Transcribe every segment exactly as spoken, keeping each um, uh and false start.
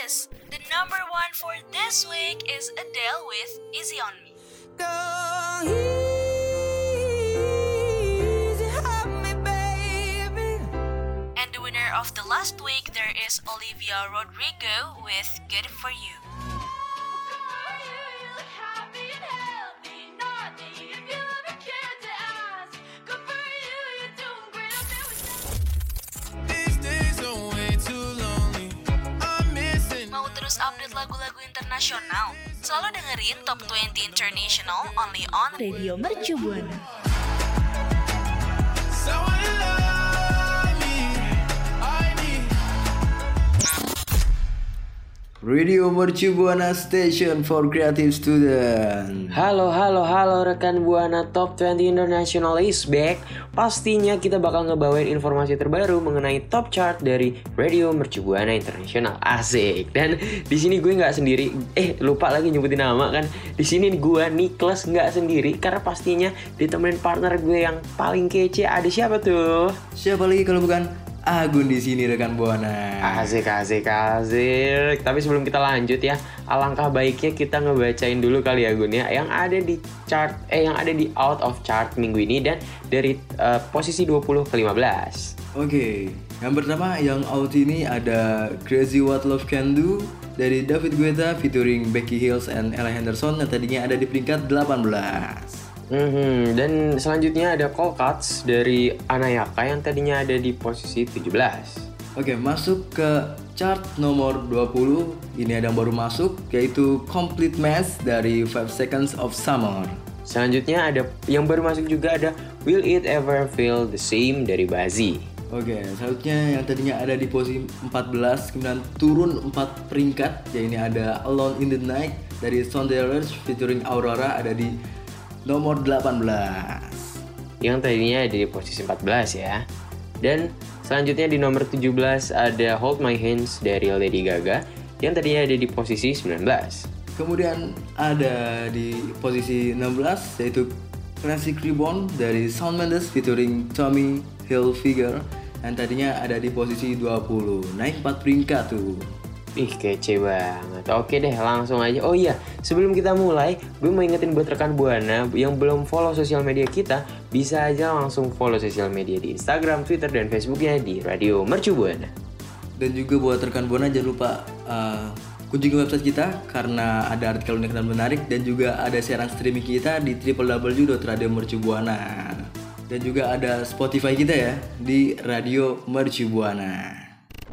is. The number one for this week is Adele with Easy on Me. Go easy on me, baby. And the winner of the last week, there is Olivia Rodrigo with Good For You. Mau terus update lagu-lagu internasional? Selalu dengerin Top dua puluh International only on Radio Mercu Buana. Radio Mercu Buana Station for Creative Student. Halo, halo, halo rekan Buana, Top dua puluh International is back. Pastinya kita bakal ngebawain informasi terbaru mengenai top chart dari Radio Mercu Buana International. Asik. Dan di sini gue nggak sendiri. Eh, lupa lagi nyebutin nama kan. Di sini gue Nicholas nggak sendiri karena pastinya ditemenin partner gue yang paling kece. Ada siapa tuh? Siapa lagi kalau bukan Agun di sini rekan Buana. Asik, asik, asik. Tapi sebelum kita lanjut ya, alangkah baiknya kita ngebacain dulu kali ya Gun ya, yang ada di chart eh yang ada di out of chart minggu ini dan dari uh, posisi dua puluh ke lima belas. Oke, yang pertama yang out ini ada Crazy What Love Can Do dari David Guetta featuring Becky Hills and Ella Henderson yang tadinya ada di peringkat delapan belas. Mm-hmm. Dan selanjutnya ada Cold Cuts dari Anayaka yang tadinya ada di posisi tujuh belas. Oke, masuk ke chart nomor dua puluh. Ini ada yang baru masuk, yaitu Complete Mess dari five Seconds of Summer. Selanjutnya ada yang baru masuk juga ada Will It Ever Feel The Same dari Bazzi. Oke, selanjutnya yang tadinya ada di posisi empat belas, kemudian turun empat peringkat. Ya ini ada Alone in the Night dari Sounders featuring Aurora ada di nomor delapan belas. Yang tadinya ada di posisi empat belas ya. Dan selanjutnya di nomor tujuh belas ada Hold My Hands dari Lady Gaga yang tadinya ada di posisi sembilan belas. Kemudian ada di posisi enam belas yaitu Classic Reborn dari Shawn Mendes featuring Tommy Hilfiger yang tadinya ada di posisi dua puluh. Naik empat peringkat tuh. Ih, kece banget. Oke deh, langsung aja. Oh iya, sebelum kita mulai, gue mau ingetin buat rekan Buana yang belum follow sosial media kita, bisa aja langsung follow sosial media di Instagram, Twitter, dan Facebooknya di Radio Mercu Buana. Dan juga buat rekan Buana jangan lupa uh, kunjungi website kita karena ada artikel unik dan menarik, dan juga ada siaran streaming kita di w w w dot radio mercu buana. Dan juga ada Spotify kita ya di Radio Mercu Buana.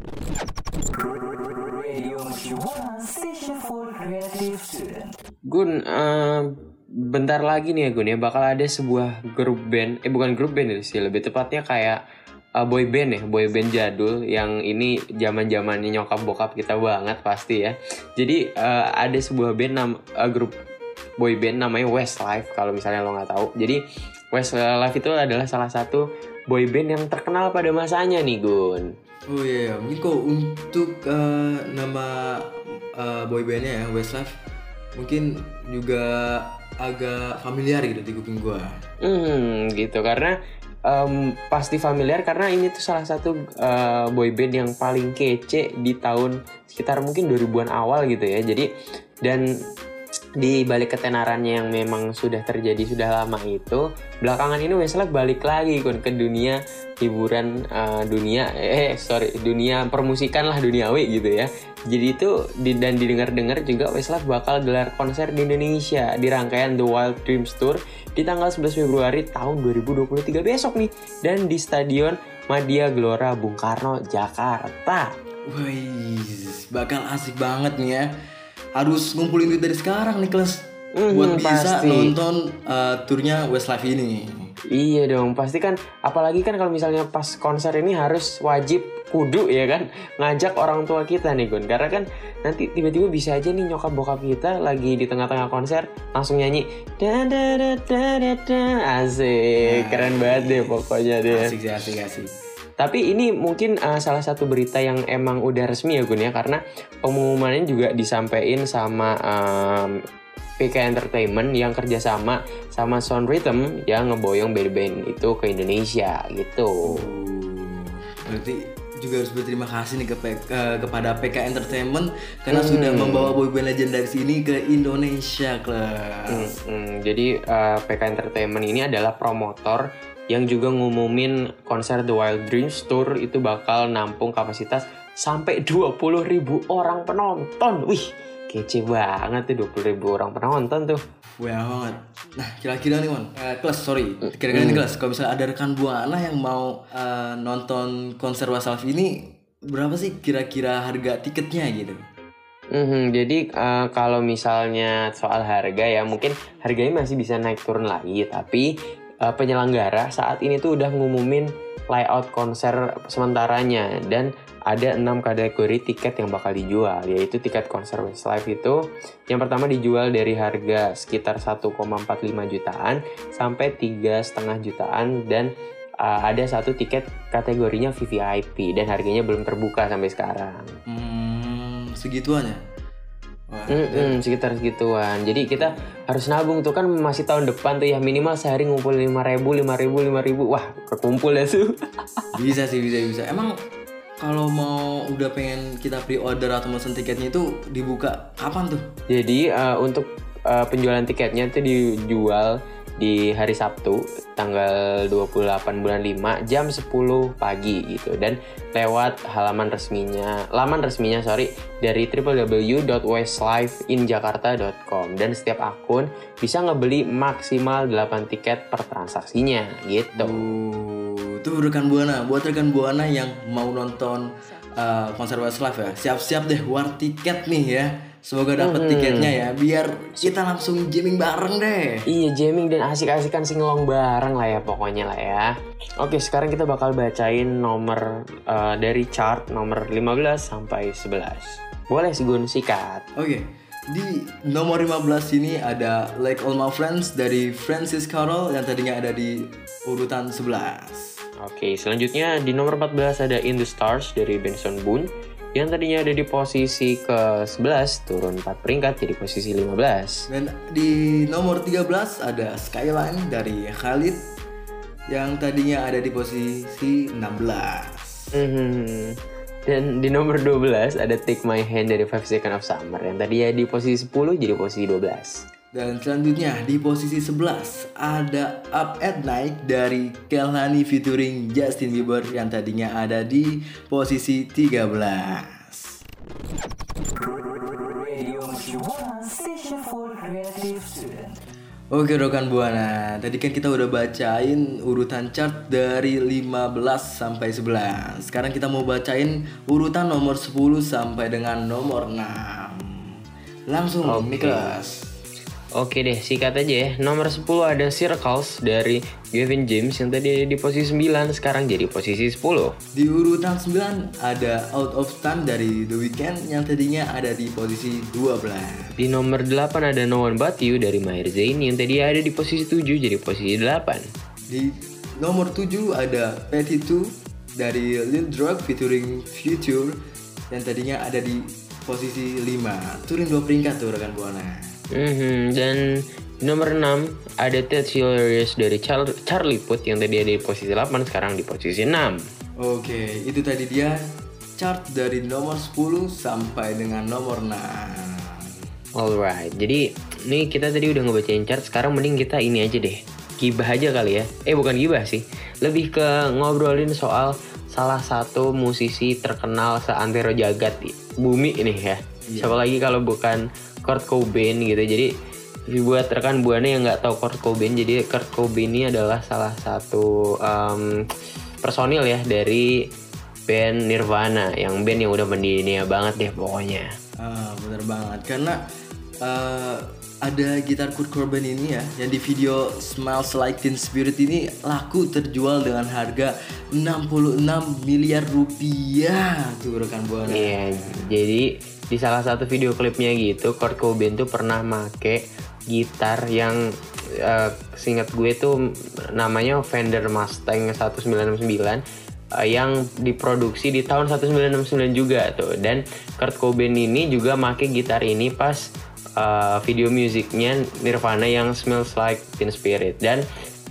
Gun, uh, bentar lagi nih ya Gun ya, bakal ada sebuah grup band, eh bukan grup band sih, lebih tepatnya kayak uh, boy band ya, boy band jadul yang ini zaman-zamannya nyokap bokap kita banget pasti ya. Jadi uh, ada sebuah band nam, uh, grup boy band namanya Westlife kalau misalnya lo nggak tahu. Jadi Westlife itu adalah salah satu boy band yang terkenal pada masanya nih Gun. Oh iya, yeah. Mungkin kok untuk uh, nama uh, boy bandnya ya Westlife mungkin juga agak familiar gitu di kuping gue. Hmm, gitu karena um, pasti familiar karena ini tuh salah satu uh, boy band yang paling kece di tahun sekitar mungkin dua ribuan awal gitu ya. Jadi dan di balik ketenarannya yang memang sudah terjadi sudah lama itu, belakangan ini Westlife balik lagi kan ke dunia hiburan, uh, dunia eh sorry dunia permusikan lah, duniawi gitu ya. Jadi itu di, dan didengar-dengar juga Westlife bakal gelar konser di Indonesia di rangkaian The Wild Dreams Tour di tanggal sebelas Februari tahun dua ribu dua puluh tiga besok nih, dan di Stadion Madia Gelora Bung Karno Jakarta. Wih, bakal asik banget nih ya. Harus ngumpulin duit dari sekarang nih kelas mm, buat bisa pasti nonton uh, turnya Westlife ini. Iya dong, pasti kan. Apalagi kan kalau misalnya pas konser ini harus wajib kudu ya kan ngajak orang tua kita nih Gun. Karena kan nanti tiba-tiba bisa aja nih nyokap bokap kita lagi di tengah-tengah konser langsung nyanyi da da da da da da. Asik, nah, keren banget deh pokoknya deh. Asik sih, asik asik. Tapi ini mungkin uh, salah satu berita yang emang udah resmi ya Gun ya, karena pengumumannya juga disampaikan sama um, P K Entertainment yang kerjasama sama Sound Rhythm yang ngeboyong band-band itu ke Indonesia gitu. Hmm, berarti juga harus berterima kasih nih ke P- eh, kepada P K Entertainment karena Hmm. sudah membawa boyband legendaris ini ke Indonesia, kelas. Hmm, hmm. Jadi uh, P K Entertainment ini adalah promotor yang juga ngumumin konser The Wild Dreams Tour itu bakal nampung kapasitas sampai dua puluh ribu orang penonton. Wih, kece banget tuh dua puluh ribu orang penonton tuh. Wah banget. Nah kira-kira nih Wan, eh, kelas sorry, kira-kira nih kelas, kalau misalnya ada rekan Buana yang mau eh, nonton konser Westlife ini, berapa sih kira-kira harga tiketnya gitu? Mhm, jadi uh, kalau misalnya soal harga ya mungkin harganya masih bisa naik turun lagi, tapi uh, penyelenggara saat ini tuh udah ngumumin layout konser sementaranya dan ada enam kategori tiket yang bakal dijual, yaitu tiket konser Westlife itu yang pertama dijual dari harga sekitar satu koma empat lima jutaan sampai tiga koma lima jutaan dan uh, ada satu tiket kategorinya V V I P dan harganya belum terbuka sampai sekarang. Hmm, segituan ya? Wah, Mm-mm, sekitar segituan. Jadi kita harus nabung tuh kan masih tahun depan tuh ya minimal sehari ngumpul lima ribu, lima ribu, lima ribu. Wah, kekumpul ya tuh. bisa sih, bisa bisa. Emang kalau mau udah pengen kita pre-order atau mesen tiketnya itu dibuka kapan tuh? Jadi uh, untuk uh, penjualan tiketnya itu dijual di hari Sabtu tanggal dua puluh delapan bulan lima jam sepuluh pagi gitu dan lewat halaman resminya laman resminya sorry dari w w w dot westlife in jakarta dot com dan setiap akun bisa ngebeli maksimal delapan tiket per transaksinya gitu. Uh, tuh rekan Buana, buat rekan Buana yang mau nonton uh, konser Westlife ya, siap-siap deh war tiket nih ya. Semoga dapat Hmm. tiketnya ya, biar kita langsung jamming bareng deh. Iya, jamming dan asik-asikan singelong bareng lah ya pokoknya lah ya. Oke, sekarang kita bakal bacain nomor uh, dari chart nomor lima belas sampai sebelas. Boleh sih Gun, sikat. Oke, di nomor lima belas ini ada Like All My Friends dari Francis Carroll yang tadinya ada di urutan sebelas. Oke, selanjutnya di nomor empat belas ada In The Stars dari Benson Boone yang tadinya ada di posisi ke sebelas turun empat peringkat jadi posisi lima belas. Dan di nomor tiga belas ada Skyline dari Khalid yang tadinya ada di posisi enam belas. Hmm. Dan di nomor dua belas ada Take My Hand dari Five Seconds of Summer yang tadinya di posisi sepuluh jadi posisi dua belas. Dan selanjutnya di posisi sebelas ada Up at Night dari Kehlani featuring Justin Bieber yang tadinya ada di posisi tiga belas. Oke rekan Buana, tadi kan kita udah bacain urutan chart dari lima belas sampai sebelas. Sekarang kita mau bacain urutan nomor sepuluh sampai dengan nomor enam. Langsung Oke. Miklas. Oke deh, sikat aja ya. Nomor sepuluh ada Circles dari Gavin James yang tadi di posisi sembilan, sekarang jadi posisi sepuluh. Di urutan sembilan ada Out of Time dari The Weeknd yang tadinya ada di posisi dua belas. Di nomor delapan ada No One But You dari Maher Zain yang tadi ada di posisi tujuh jadi posisi delapan. Di nomor tujuh ada Petty Two dari Lil Durk featuring Future yang tadinya ada di posisi lima. Turun dua peringkat tuh rekan Buana. Mhm, dan di nomor enam ada Ted Hilarious dari Char- Charlie Puth yang tadi ada di posisi delapan, sekarang di posisi enam. Oke, itu tadi dia chart dari nomor sepuluh sampai dengan nomor enam. Alright, jadi nih kita tadi udah ngebacain chart, sekarang mending kita ini aja deh, gibah aja kali ya. Eh bukan gibah sih, lebih ke ngobrolin soal salah satu musisi terkenal seantero jagat bumi ini ya. Siapa lagi kalau bukan Kurt Cobain gitu. Jadi buat rekan Buana yang nggak tahu Kurt Cobain, jadi Kurt Cobain ini adalah salah satu um, personil ya dari band Nirvana, yang band yang udah mendunia banget deh pokoknya. Ah, bener banget karena uh, ada gitar Kurt Cobain ini ya yang di video Smells Like Teen Spirit ini laku terjual dengan harga enam puluh enam miliar rupiah tuh rekan Buana. Iya, jadi di salah satu video klipnya gitu Kurt Cobain tuh pernah make gitar yang uh, seingat gue tuh namanya Fender Mustang seribu sembilan ratus enam puluh sembilan uh, yang diproduksi di tahun seribu sembilan ratus enam puluh sembilan juga tuh. Dan Kurt Cobain ini juga make gitar ini pas uh, video musiknya Nirvana yang Smells Like Teen Spirit. Dan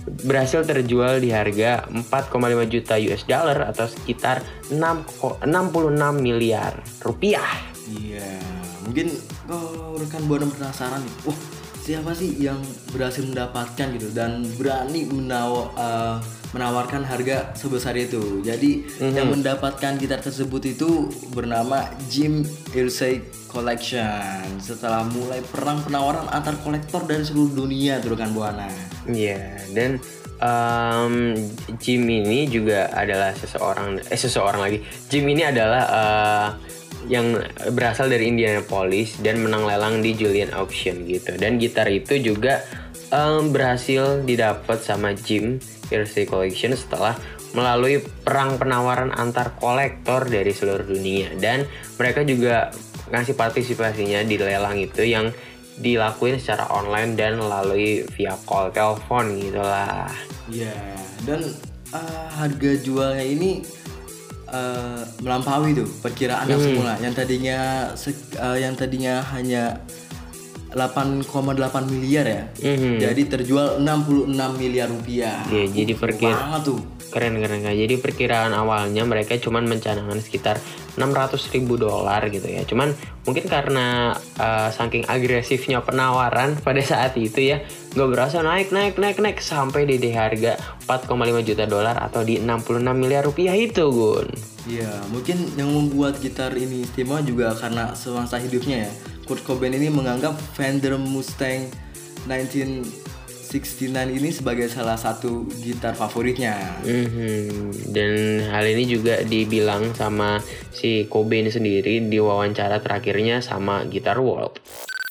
berhasil terjual di harga empat koma lima juta U S dollar atau sekitar enam puluh enam miliar rupiah. Iya, mungkin kalau rekan Buana penasaran nih, wah siapa sih yang berhasil mendapatkan gitu dan berani menawa, uh, menawarkan harga sebesar itu. Jadi mm-hmm. yang mendapatkan gitar tersebut itu bernama Jim Irsay Collection setelah mulai perang penawaran antar kolektor dari seluruh dunia tuh rekan Buana. Iya, yeah, dan um, Jim ini juga adalah seseorang eh seseorang lagi. Jim ini adalah uh, yang berasal dari Indianapolis dan menang lelang di Julian Auction gitu. Dan gitar itu juga um, berhasil didapat sama Jim Irsay Collection setelah melalui perang penawaran antar kolektor dari seluruh dunia. Dan mereka juga ngasih partisipasinya di lelang itu yang dilakuin secara online dan melalui via call telepon gitulah. Iya, yeah. Dan uh, harga jualnya ini uh, melampaui tuh perkiraan yang hmm. semula yang tadinya uh, yang tadinya hanya delapan koma delapan miliar ya. Hmm. Jadi terjual enam puluh enam miliar rupiah. Iya, yeah, jadi perkiraan tuh. Keren keren kan. Jadi perkiraan awalnya mereka cuman mencanangkan sekitar enam ratus ribu dolar gitu ya. Cuman mungkin karena uh, saking agresifnya penawaran pada saat itu ya, nggak berasa naik naik naik naik sampai di, di harga empat koma lima juta dolar atau di enam puluh enam miliar rupiah itu, Gun. Iya, mungkin yang membuat gitar ini istimewa juga karena semasa hidupnya ya. Kurt Cobain ini menganggap Fender Mustang seribu sembilan ratus enam puluh sembilan ini sebagai salah satu gitar favoritnya. Mm-hmm. Dan hal ini juga dibilang sama si Cobain sendiri di wawancara terakhirnya sama Guitar World.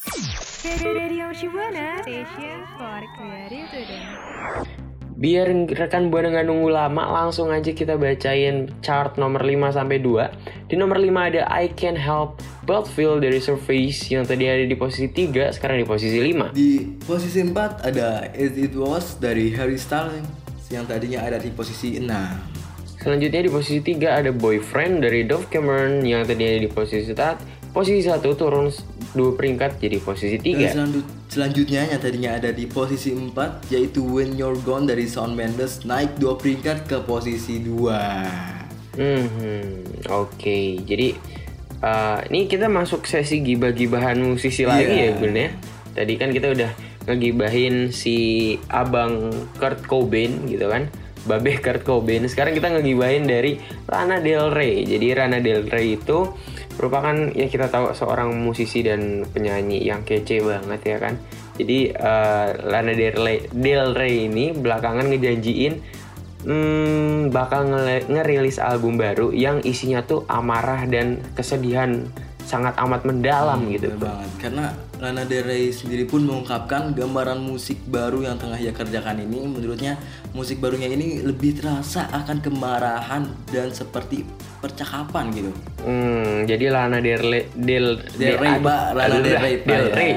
Biar rekan Buana gak nunggu lama, langsung aja kita bacain chart nomor lima sampai dua. Di nomor lima ada I Can't Help But Feel dari Surface yang tadi ada di posisi tiga, sekarang di posisi lima. Di posisi empat ada As It Was dari Harry Styles yang tadinya ada di posisi enam. Selanjutnya di posisi tiga ada Boyfriend dari Dove Cameron yang tadinya ada di posisi satu. Posisi satu turun dua peringkat jadi posisi tiga. Dan selanjut, selanjutnya yang tadinya ada di posisi empat yaitu When You're Gone dari Shawn Mendes naik dua peringkat ke posisi dua. Hmm, oke. Okay. Jadi uh, ini kita masuk sesi gibah-gibahan musisi yeah. lagi ya, Bun ya. Tadi kan kita udah ngegibahin si abang Kurt Cobain gitu kan. Babe Kurt Cobain. Sekarang kita ngegibahin dari Lana Del Rey. Jadi Lana Del Rey itu merupakan ya kita tahu seorang musisi dan penyanyi yang kece banget ya kan. Jadi uh, Lana Del Rey, Del Rey ini belakangan ngejanjiin hmm, bakal nge- ngerilis album baru yang isinya tuh amarah dan kesedihan sangat amat mendalam hmm, gitu banget. Karena Lana Del Rey sendiri pun mengungkapkan gambaran musik baru yang tengah ia kerjakan ini, menurutnya musik barunya ini lebih terasa akan kemarahan dan seperti percakapan gitu. Hmm, jadi Lana Del Rey, Del, Del Rey, Pak, Lana Del Rey, Del Rey.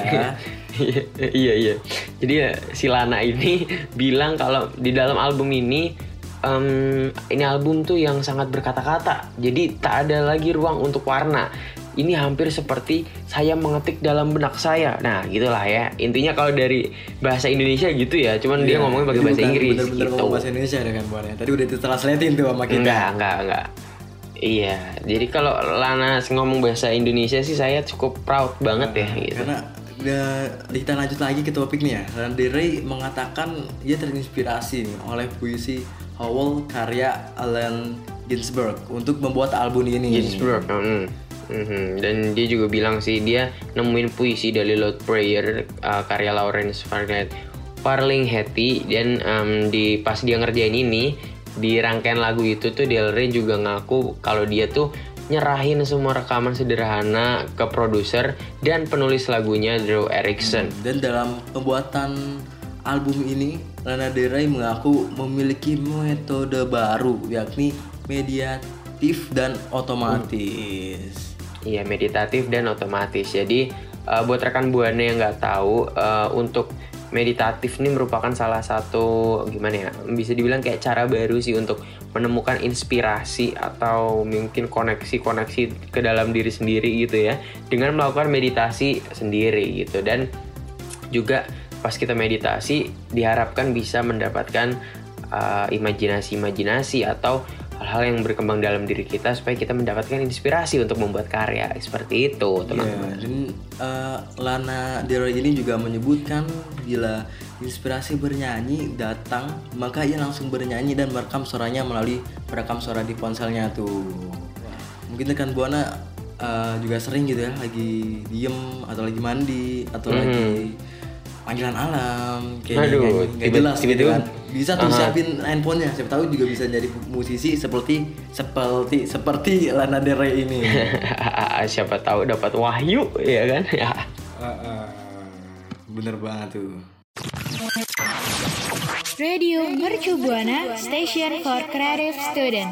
Iya iya. Jadi ya, si Lana ini bilang kalau di dalam album ini um, ini album tuh yang sangat berkata-kata. Jadi tak ada lagi ruang untuk warna. Ini hampir seperti saya mengetik dalam benak saya. Nah, gitulah ya. Intinya kalau dari bahasa Indonesia gitu ya. Cuman yeah, dia ngomongnya pakai bahasa Inggris bener-bener gitu. Ngomong bahasa Indonesia ya kan, Buan. Tadi udah ditranslatein tuh sama kita. Enggak, enggak, enggak. Iya, jadi kalau Lana ngomong bahasa Indonesia sih saya cukup proud banget nah, ya gitu. Karena udah, kita lanjut lagi ke topik nih ya. Lana Del Rey mengatakan dia terinspirasi nih oleh puisi Howl karya Allen Ginsberg untuk membuat album ini. Ginsberg, hmm. Mm-hmm. Dan dia juga bilang sih dia nemuin puisi dari Loud Prayer uh, karya Lawrence Ferlinghetti dan um, di pas dia ngerjain ini di rangkaian lagu itu tuh Del Rey juga ngaku kalau dia tuh nyerahin semua rekaman sederhana ke produser dan penulis lagunya Drew Erickson. Hmm, dan dalam pembuatan album ini Lana Del Rey mengaku memiliki metode baru yakni meditatif dan otomatis. Hmm. Iya, meditatif dan otomatis. Jadi uh, buat rekan Buana yang nggak tahu, uh, untuk meditatif ini merupakan salah satu gimana ya, bisa dibilang kayak cara baru sih untuk menemukan inspirasi atau mungkin koneksi-koneksi ke dalam diri sendiri gitu ya, dengan melakukan meditasi sendiri gitu. Dan juga pas kita meditasi diharapkan bisa mendapatkan uh, imajinasi-imajinasi atau hal-hal yang berkembang dalam diri kita supaya kita mendapatkan inspirasi untuk membuat karya seperti itu, teman-teman. Yeah, dan uh, Lana Del Rey ini juga menyebutkan bila inspirasi bernyanyi datang, maka ia langsung bernyanyi dan merekam suaranya melalui perekam suara di ponselnya tuh. Mungkin rekan Buana uh, juga sering gitu ya, lagi diem atau lagi mandi atau mm-hmm. lagi panggilan alam, kayak nggak jelas gitu kan. Bisa tuh uh-huh. siapin handphonenya, siapa tahu juga bisa jadi musisi seperti seperti seperti Lana Del Rey ini. Siapa tahu dapat wahyu, ya kan? uh, uh, bener banget tuh. Radio Mercu Buana, Station for Creative Student.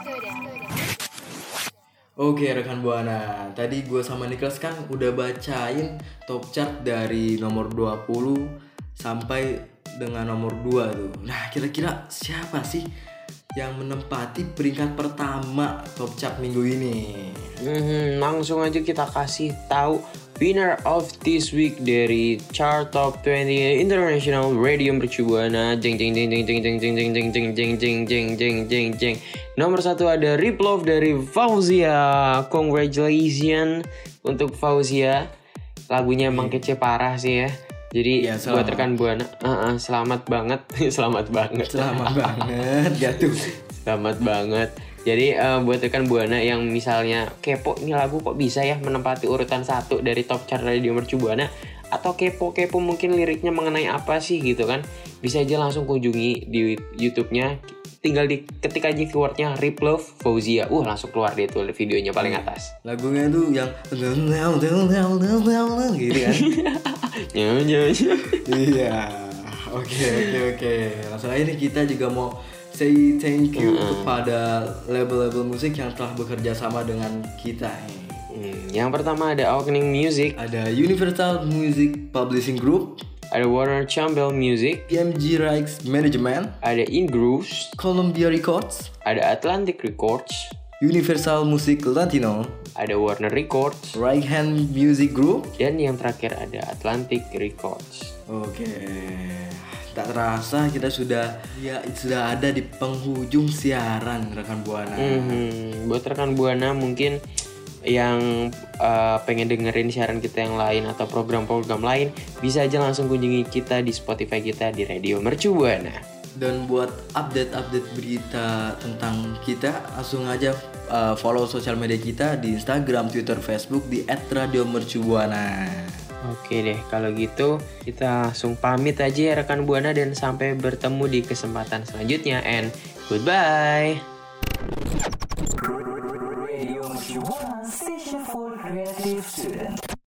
Oke rekan Buana, tadi gue sama Nicholas kan udah bacain top chart dari nomor dua puluh sampai dengan nomor dua tuh. Nah kira-kira siapa sih yang menempati peringkat pertama top chart minggu ini? Hmm, langsung aja kita kasih tahu winner of this week dari chart top twenty International Radio Mercu Buana. Jeng jeng jeng jeng jeng jeng jeng jeng jeng jeng jeng jeng jeng jeng jeng jeng. Nomor satu ada Rip Love dari Fauzia. Congratulations untuk Fauzia. Lagunya emang kece parah sih ya. Jadi ya, buat rekan Buana, uh, uh, selamat banget, selamat banget, selamat banget, jatuh, selamat banget. Jadi uh, buat rekan Buana yang misalnya kepo ini lagu kok bisa ya menempati urutan satu dari top chart Radio Mercu Buana, atau kepo-kepo mungkin liriknya mengenai apa sih gitu kan, bisa aja langsung kunjungi di YouTube-nya, tinggal di ketik aja keywordnya Rip Love Fauzia, uh langsung keluar deh tuh videonya paling atas. Lagunya tuh yang gitu kan. Iya, oke oke oke. Langsung aja nih kita juga mau say thank you uh-uh. kepada label-label musik yang telah bekerja sama dengan kita nih. Hmm, yang pertama ada Awakening Music, ada Universal Music Publishing Group, ada Warner Chappell Music, P M G Rights Management, ada Ingrooves, Columbia Records, ada Atlantic Records, Universal Music Latino, ada Warner Records, Right Hand Music Group, dan yang terakhir ada Atlantic Records. Oke, tak terasa kita sudah ya sudah ada di penghujung siaran rekan Buana. Mm-hmm. Buat rekan Buana mungkin yang uh, pengen dengerin siaran kita yang lain atau program-program lain, bisa aja langsung kunjungi kita di Spotify kita di Radio Mercu Buana. Dan buat update-update berita tentang kita, langsung aja uh, follow sosial media kita di Instagram, Twitter, Facebook di et radio mercu buana. Oke deh, kalau gitu kita langsung pamit aja ya rekan Buana, dan sampai bertemu di kesempatan selanjutnya, and goodbye. Radio Mercu Buana, Station for Creative Student.